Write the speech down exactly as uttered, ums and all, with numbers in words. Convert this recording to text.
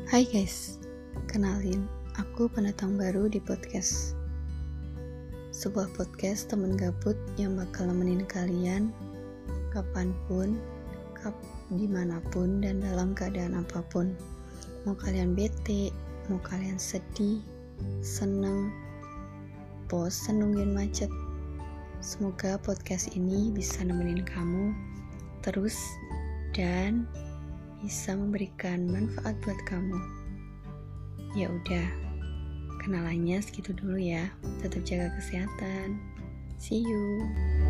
Hai guys, kenalin, aku pendatang baru di podcast. Sebuah podcast temen gabut yang bakal nemenin kalian kapanpun, kap, dimanapun, dan dalam keadaan apapun. Mau kalian bete, mau kalian sedih, seneng, bosen nungguin macet. Semoga podcast ini bisa nemenin kamu terus dan bisa memberikan manfaat buat kamu. Ya udah, kenalannya segitu dulu ya. Tetap jaga kesehatan. See you.